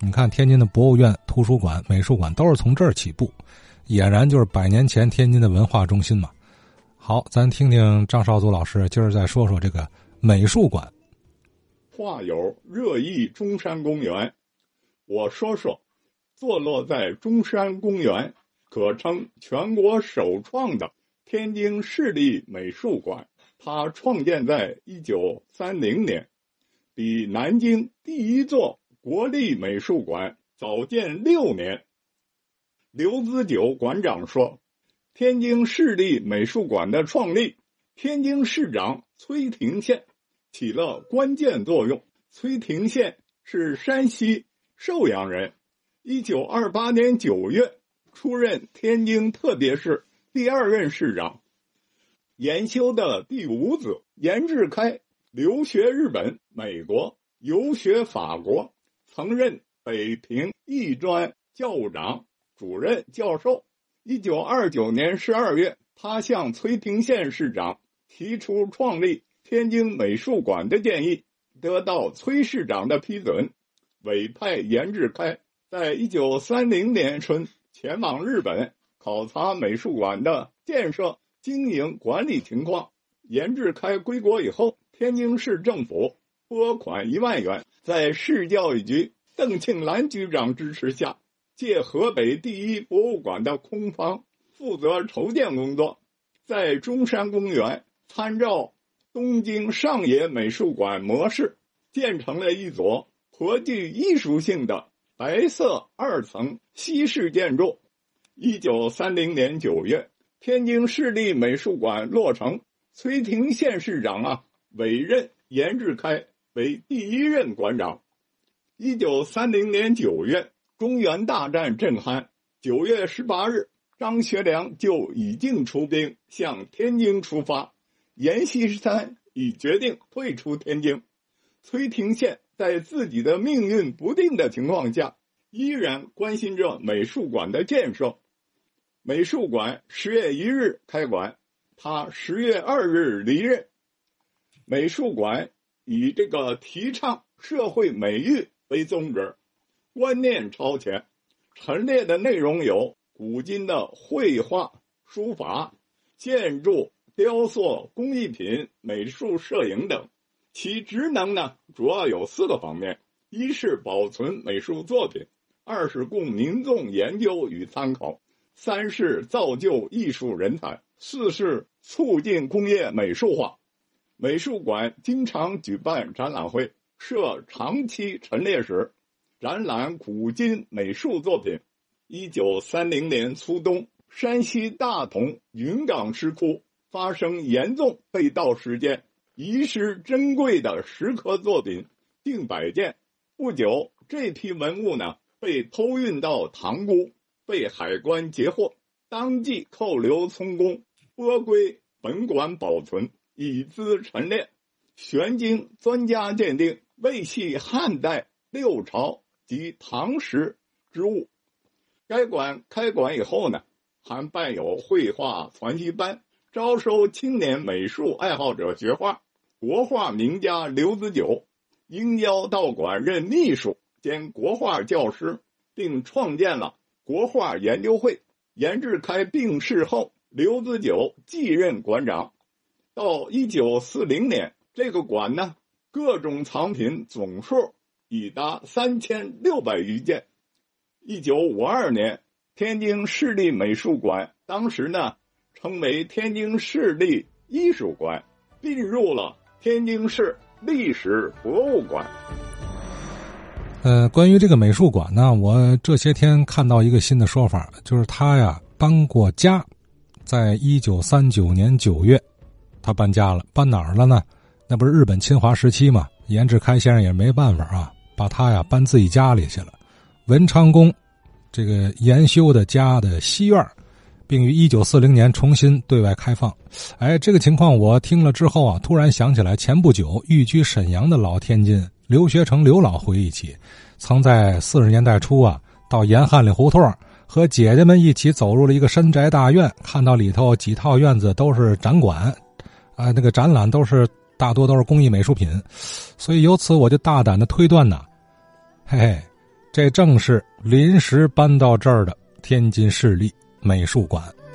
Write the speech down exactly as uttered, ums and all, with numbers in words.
你看天津的博物院、图书馆、美术馆都是从这儿起步，俨然就是百年前天津的文化中心嘛。好，咱听听张绍祖老师今儿再说说这个美术馆。 话有热议中山公园，我说说坐落在中山公园，可称全国首创的天津市立美术馆。它创建在一九三零年，比南京第一座国立美术馆早建六年。刘子久馆长说，天津市立美术馆的创立，天津市长崔廷宪起了关键作用。崔廷宪是山西寿阳人，一九二八年九月出任天津特别市第二任市长。研修的第五子严志开留学日本、美国，游学法国，曾任北平艺专教务长、主任教授。一九二九年十二月，他向崔廷宪市长提出创立天津美术馆的建议，得到崔市长的批准，委派严志开在一九三零年春前往日本考察美术馆的建设、经营管理情况。严志开归国以后，天津市政府拨款一万元，在市教育局邓庆兰局长支持下，借河北第一博物馆的空房负责筹建工作，在中山公园参照东京上野美术馆模式，建成了一座颇具艺术性的白色二层西式建筑。一九三零年九月，天津市立美术馆落成，崔廷宪市长啊委任严志开为第一任馆长。一九三零年九月，中原大战震撼，九月十八日，张学良就已经出兵向天津出发，阎锡山已决定退出天津。崔廷宪在自己的命运不定的情况下，依然关心着美术馆的建设。美术馆十月一日开馆，他十月二日离任。美术馆以这个提倡社会美育为宗旨，观念超前，陈列的内容有古今的绘画、书法、建筑、雕塑、工艺品、美术、摄影等。其职能呢，主要有四个方面：一是保存美术作品，二是供民众研究与参考，三是造就艺术人才，四是促进工业美术化。美术馆经常举办展览会，设长期陈列室，展览古今美术作品。一九三零年初冬，山西大同云冈石窟发生严重被盗事件，遗失珍贵的石刻作品近百件。不久，这批文物呢被偷运到塘沽，被海关截获，当即扣留充公，拨归本馆保存，以资陈列。玄经专家鉴定，为系汉代、六朝及唐时之物。该馆开馆以后呢，还办有绘画传习班，招收青年美术爱好者学画。国画名家刘子久应邀到馆任秘书兼国画教师，并创建了国画研究会。严志开病逝后，刘子久继任馆长。到一九四零年，这个馆呢，各种藏品总数已达三千六百余件。一九五二年，天津市立美术馆当时呢称为天津市立艺术馆，并入了天津市历史博物馆。 呃，关于这个美术馆呢，我这些天看到一个新的说法，就是他呀搬过家，在一九三九年九月，他搬家了，搬哪儿了呢？那不是日本侵华时期嘛，严志开先生也没办法啊，把他呀搬自己家里去了，文昌宫这个研修的家的西院，并于一九四零年重新对外开放。哎，这个情况我听了之后啊，突然想起来前不久寓居沈阳的老天津刘学成刘老回忆起，曾在四十年代初啊，到严汉里胡同和姐姐们一起走入了一个深宅大院，看到里头几套院子都是展馆，啊，那个展览都是大多都是工艺美术品，所以由此我就大胆的推断呐，嘿嘿， 这正是临时搬到这儿的天津市立美术馆。